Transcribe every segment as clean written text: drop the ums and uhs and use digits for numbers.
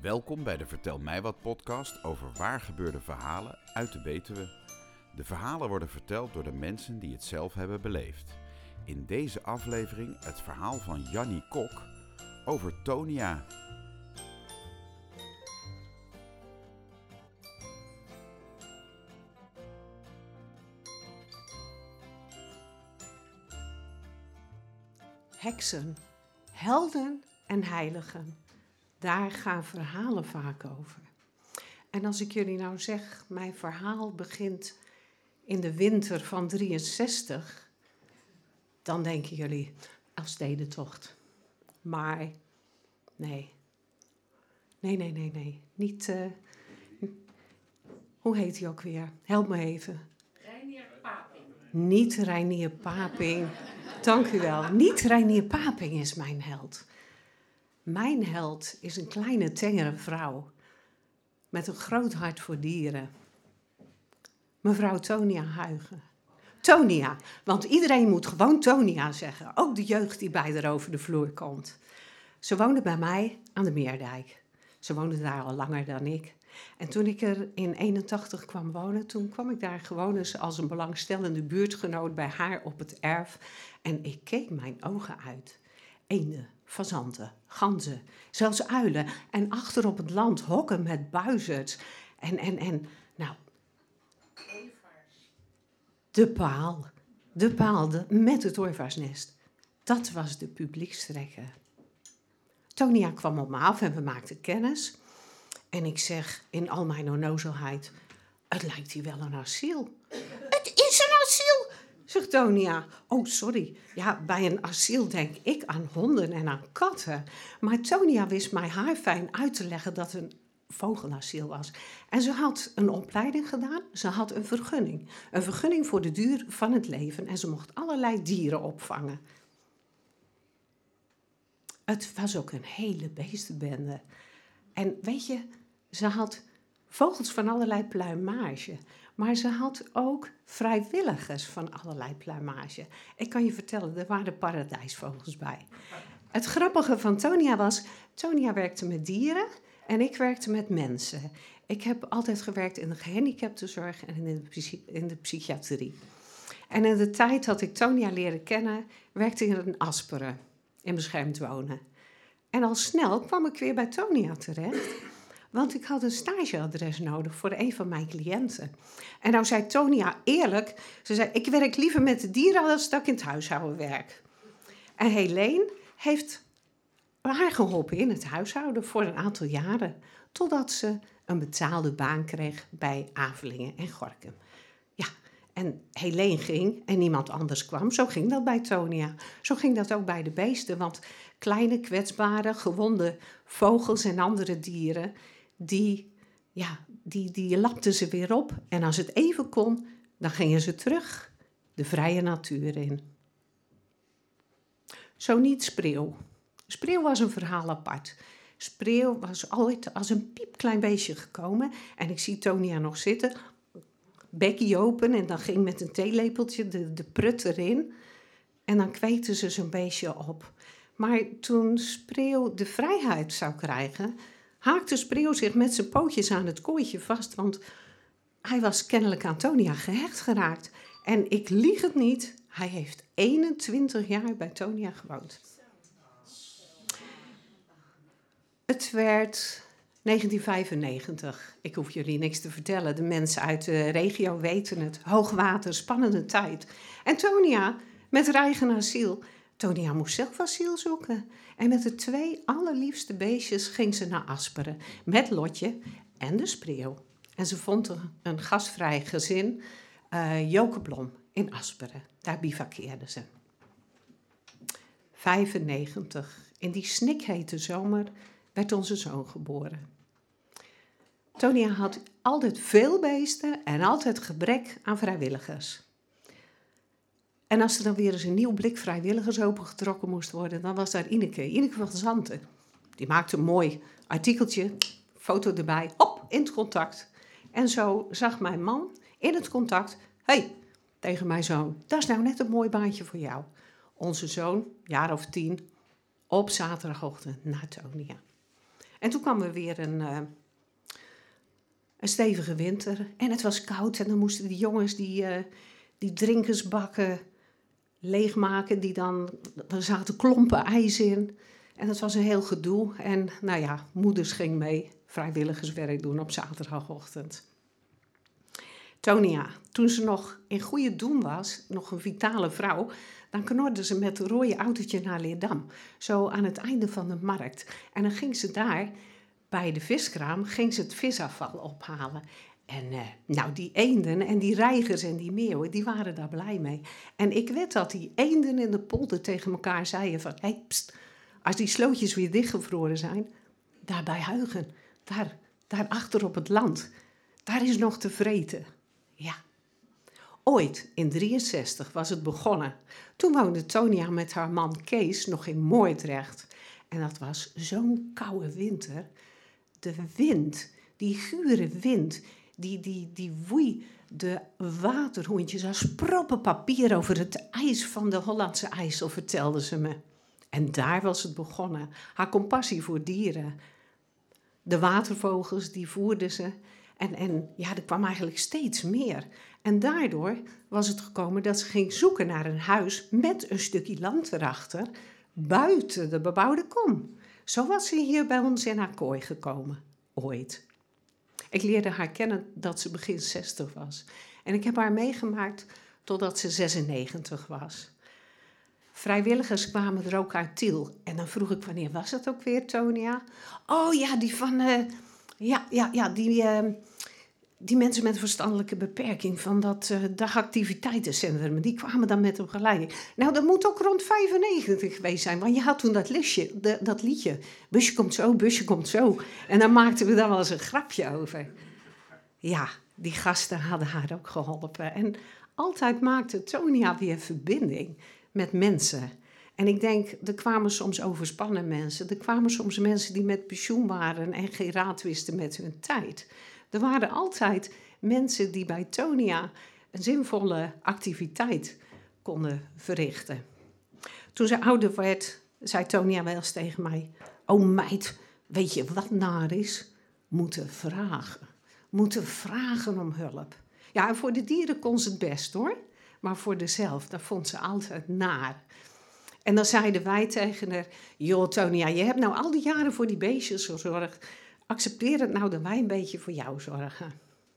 Welkom bij de Vertel mij wat podcast over waar gebeurde verhalen uit de Betuwe. De verhalen worden verteld door de mensen die het zelf hebben beleefd. In deze aflevering het verhaal van Jannie Kok over Tonia. Heksen, helden en heiligen. Daar gaan verhalen vaak over. En als ik jullie nou zeg, mijn verhaal begint in de winter van 63, dan denken jullie, Elfstedentocht. Maar nee. Niet, hoe heet hij ook weer? Help me even. Reinier Paping. Niet Reinier Paping. Dank u wel. Niet Reinier Paping is mijn held. Mijn held is een kleine, tengere vrouw met een groot hart voor dieren. Mevrouw Tonia Huygen. Tonia, want iedereen moet gewoon Tonia zeggen. Ook de jeugd die bij haar over de vloer komt. Ze woonde bij mij aan de Meerdijk. Ze woonde daar al langer dan ik. En toen ik er in 81 kwam wonen, toen kwam ik daar gewoon eens als een belangstellende buurtgenoot bij haar op het erf. En ik keek mijn ogen uit. Eenden, fazanten, ganzen, zelfs uilen. En achter op het land hokken met buizerds. En nou, de paal met het ooievaarsnest. Dat was de publiekstrekker. Tonia kwam op me af en we maakten kennis. En ik zeg in al mijn onnozelheid, het lijkt hier wel een asiel. Het is een asiel, zegt Tonia. Oh, sorry. Ja, bij een asiel denk ik aan honden en aan katten. Maar Tonia wist mij haarfijn uit te leggen dat het een vogelasiel was. En ze had een opleiding gedaan. Ze had een vergunning. Een vergunning voor de duur van het leven. En ze mocht allerlei dieren opvangen. Het was ook een hele beestenbende. En weet je, ze had vogels van allerlei pluimage. Maar ze had ook vrijwilligers van allerlei pluimage. Ik kan je vertellen, er waren paradijsvogels bij. Het grappige van Tonia was, Tonia werkte met dieren en ik werkte met mensen. Ik heb altijd gewerkt in de gehandicaptenzorg en in de psychiatrie. En in de tijd dat ik Tonia leren kennen, werkte ik in Asperen, in beschermd wonen. En al snel kwam ik weer bij Tonia terecht, want ik had een stageadres nodig voor een van mijn cliënten. En nou zei Tonia eerlijk, ze zei, ik werk liever met de dieren als dat ik in het huishouden werk. En Helene heeft haar geholpen in het huishouden voor een aantal jaren, totdat ze een betaalde baan kreeg bij Avelingen en Gorinchem. Ja, en Helene ging en niemand anders kwam. Zo ging dat bij Tonia. Zo ging dat ook bij de beesten, want kleine, kwetsbare, gewonde vogels en andere dieren, die lapten ze weer op. En als het even kon, dan gingen ze terug de vrije natuur in. Zo niet Spreeuw. Spreeuw was een verhaal apart. Spreeuw was ooit als een piepklein beestje gekomen. En ik zie Tonia nog zitten, bekkie open. En dan ging met een theelepeltje de prut erin. En dan kweekte ze zo'n beestje op. Maar toen Spreeuw de vrijheid zou krijgen, haakte Spreeuw zich met zijn pootjes aan het kooitje vast. Want hij was kennelijk aan Tonia gehecht geraakt. En ik lieg het niet, hij heeft 21 jaar bij Tonia gewoond. Het werd 1995. Ik hoef jullie niks te vertellen. De mensen uit de regio weten het. Hoogwater, spannende tijd. En Tonia met haar eigen asiel. Tonia moest zelf asiel zoeken. En met de 2 allerliefste beestjes ging ze naar Asperen. Met Lotje en de Spreeuw. En ze vond een gastvrij gezin, Jokeblom, in Asperen. Daar bivakkeerde ze. 95. In die snikhete zomer werd onze zoon geboren. Tonia had altijd veel beesten en altijd gebrek aan vrijwilligers. En als er dan weer eens een nieuw blik vrijwilligers opengetrokken moest worden, dan was daar Ineke van Zanten. Die maakte een mooi artikeltje, foto erbij, hop, in het contact. En zo zag mijn man in het contact, hey, tegen mijn zoon, dat is nou net een mooi baantje voor jou. Onze zoon, jaar of 10, op zaterdagochtend naar Tonia. En toen kwam er weer een stevige winter. En het was koud en dan moesten die jongens die drinkersbakken leegmaken. Er zaten klompen ijs in. En dat was een heel gedoe. En nou ja, moeders ging mee vrijwilligerswerk doen op zaterdagochtend. Tonia, toen ze nog in goede doen was, nog een vitale vrouw, dan knorde ze met een rode autootje naar Leerdam. Zo aan het einde van de markt. En dan ging ze daar, bij de viskraam, het visafval ophalen. En nou, die eenden en die reigers en die meeuwen, die waren daar blij mee. En ik weet dat die eenden in de polder tegen elkaar zeiden van, hey, pst, als die slootjes weer dichtgevroren zijn, daar bij Huigen, daar achter op het land, daar is nog te vreten. Ja. Ooit, in 1963, was het begonnen. Toen woonde Tonia met haar man Kees nog in Moordrecht. En dat was zo'n koude winter. De wind, die gure wind, die woei de waterhoentjes als proppen papier over het ijs van de Hollandse IJssel, vertelde ze me. En daar was het begonnen. Haar compassie voor dieren. De watervogels, die voerde ze. En ja, er kwam eigenlijk steeds meer. En daardoor was het gekomen dat ze ging zoeken naar een huis met een stukje land erachter, buiten de bebouwde kom. Zo was ze hier bij ons in haar kooi gekomen, ooit. Ik leerde haar kennen dat ze begin 60 was. En ik heb haar meegemaakt totdat ze 96 was. Vrijwilligers kwamen er ook uit Tiel. En dan vroeg ik, wanneer was het ook weer, Tonia? Oh ja, die van... die mensen met een verstandelijke beperking van dat dagactiviteitencentrum, die kwamen dan met een begeleiding. Nou, dat moet ook rond 95 geweest zijn, want je had toen dat liedje. Busje komt zo. En daar maakten we dan wel eens een grapje over. Ja, die gasten hadden haar ook geholpen. En altijd maakte Tonia weer verbinding met mensen. En ik denk, er kwamen soms overspannen mensen. Er kwamen soms mensen die met pensioen waren en geen raad wisten met hun tijd. Er waren altijd mensen die bij Tonia een zinvolle activiteit konden verrichten. Toen ze ouder werd, zei Tonia wel eens tegen mij, oh meid, weet je wat naar is? Moeten vragen om hulp. Ja, en voor de dieren kon ze het best hoor. Maar voor zichzelf, dat vond ze altijd naar. En dan zeiden wij tegen haar, joh Tonia, je hebt nou al die jaren voor die beestjes gezorgd. Accepteer het nou dat wij een beetje voor jou zorgen.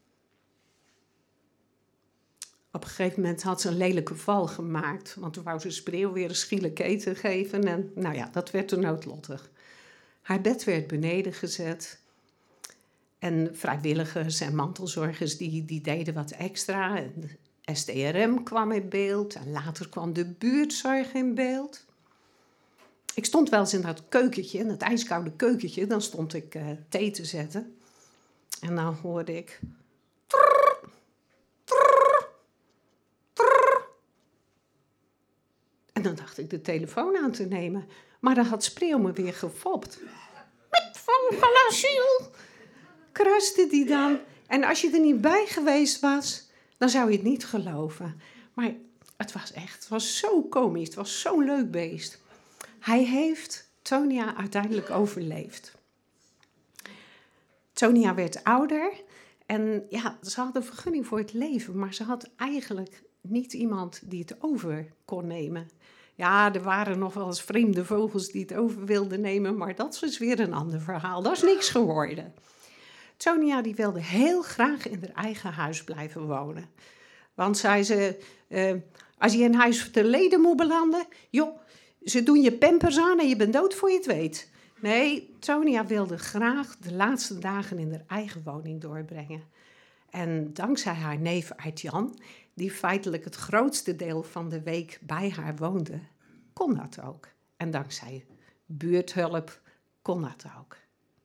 Op een gegeven moment had ze een lelijke val gemaakt. Want toen wou ze spreeuw weer een schielijk eten geven. En nou ja, dat werd toen noodlottig. Haar bed werd beneden gezet. En vrijwilligers en mantelzorgers die deden wat extra. En de STRM kwam in beeld. En later kwam de buurtzorg in beeld. Ik stond wel eens in dat keukentje, in dat ijskoude keukentje. Dan stond ik thee te zetten. En dan hoorde ik... Trrr, trrr, trrr. En dan dacht ik de telefoon aan te nemen. Maar dan had Spreeuw me weer gefopt. Met vogelasiel, kraste die dan. En als je er niet bij geweest was, dan zou je het niet geloven. Maar het was zo komisch, het was zo'n leuk beest. Hij heeft Tonia uiteindelijk overleefd. Tonia werd ouder en ja, ze had een vergunning voor het leven, maar ze had eigenlijk niet iemand die het over kon nemen. Ja, er waren nog wel eens vreemde vogels die het over wilden nemen, maar dat is weer een ander verhaal. Dat is niks geworden. Tonia die wilde heel graag in haar eigen huis blijven wonen. Want zei ze, als je in huis te leden moet belanden, joh, ze doen je pampers aan en je bent dood voor je het weet. Nee, Tonia wilde graag de laatste dagen in haar eigen woning doorbrengen. En dankzij haar neef Aart-Jan, die feitelijk het grootste deel van de week bij haar woonde, kon dat ook. En dankzij buurthulp kon dat ook.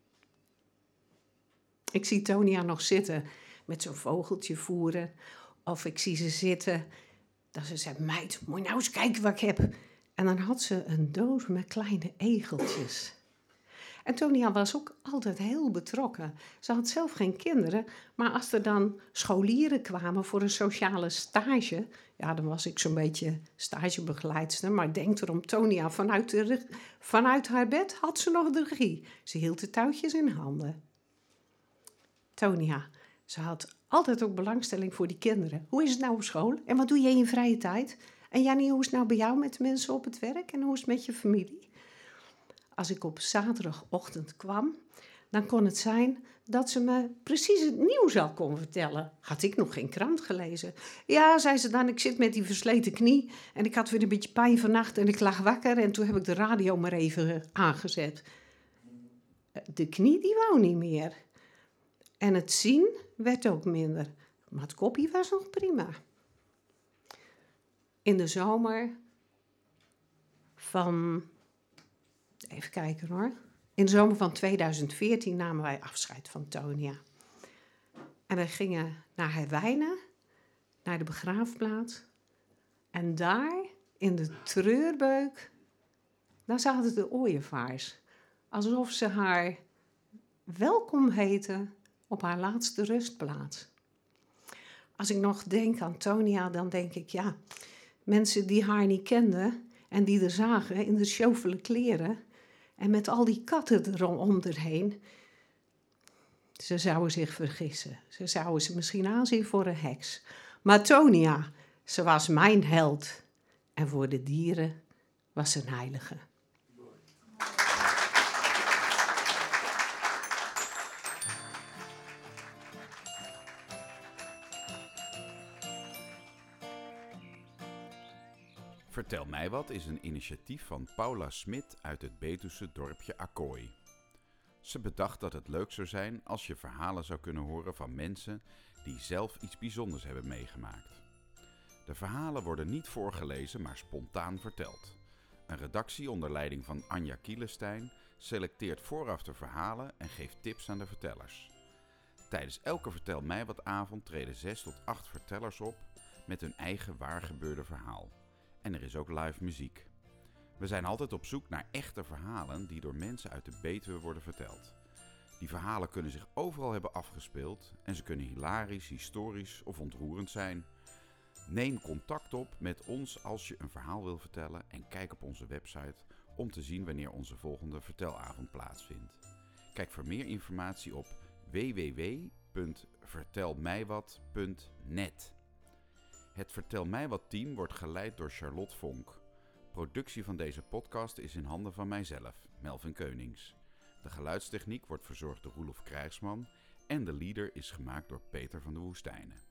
Ik zie Tonia nog zitten met zo'n vogeltje voeren. Of ik zie ze zitten, dat ze zei, meid, moet je nou eens kijken wat ik heb. En dan had ze een doos met kleine egeltjes. En Tonia was ook altijd heel betrokken. Ze had zelf geen kinderen, maar als er dan scholieren kwamen voor een sociale stage, ja, dan was ik zo'n beetje stagebegeleidster, maar denk erom, Tonia, vanuit haar bed had ze nog de regie. Ze hield de touwtjes in handen. Tonia, ze had altijd ook belangstelling voor die kinderen. Hoe is het nou op school? En wat doe je in je vrije tijd? En Jannie, hoe is het nou bij jou met de mensen op het werk? En hoe is het met je familie? Als ik op zaterdagochtend kwam, dan kon het zijn dat ze me precies het nieuws al kon vertellen. Had ik nog geen krant gelezen. Ja, zei ze dan, ik zit met die versleten knie en ik had weer een beetje pijn vannacht en ik lag wakker en toen heb ik de radio maar even aangezet. De knie die wou niet meer. En het zien werd ook minder. Maar het kopje was nog prima. In de zomer van... Even kijken hoor. In de zomer van 2014 namen wij afscheid van Tonia. En we gingen naar Herwijnen, naar de begraafplaats. En daar, in de treurbeuk, daar zaten de ooievaars. Alsof ze haar welkom heten op haar laatste rustplaats. Als ik nog denk aan Tonia, dan denk ik, ja, mensen die haar niet kenden en die er zagen in de sjovele kleren en met al die katten erom erheen, ze zouden zich vergissen. Ze zouden ze misschien aanzien voor een heks. Maar Tonia, ze was mijn held. En voor de dieren was ze een heilige. Vertel mij wat is een initiatief van Paula Smit uit het Betuwse dorpje Accooi. Ze bedacht dat het leuk zou zijn als je verhalen zou kunnen horen van mensen die zelf iets bijzonders hebben meegemaakt. De verhalen worden niet voorgelezen, maar spontaan verteld. Een redactie onder leiding van Anja Kielestein selecteert vooraf de verhalen en geeft tips aan de vertellers. Tijdens elke Vertel mij wat avond treden 6 tot 8 vertellers op met hun eigen waargebeurde verhaal. En er is ook live muziek. We zijn altijd op zoek naar echte verhalen die door mensen uit de Betuwe worden verteld. Die verhalen kunnen zich overal hebben afgespeeld en ze kunnen hilarisch, historisch of ontroerend zijn. Neem contact op met ons als je een verhaal wil vertellen en kijk op onze website om te zien wanneer onze volgende vertelavond plaatsvindt. Kijk voor meer informatie op www.vertelmijwat.net. Het Vertel mij wat team wordt geleid door Charlotte Vonk. Productie van deze podcast is in handen van mijzelf, Melvin Keunings. De geluidstechniek wordt verzorgd door Roelof Krijgsman en de leader is gemaakt door Peter van de Woestijnen.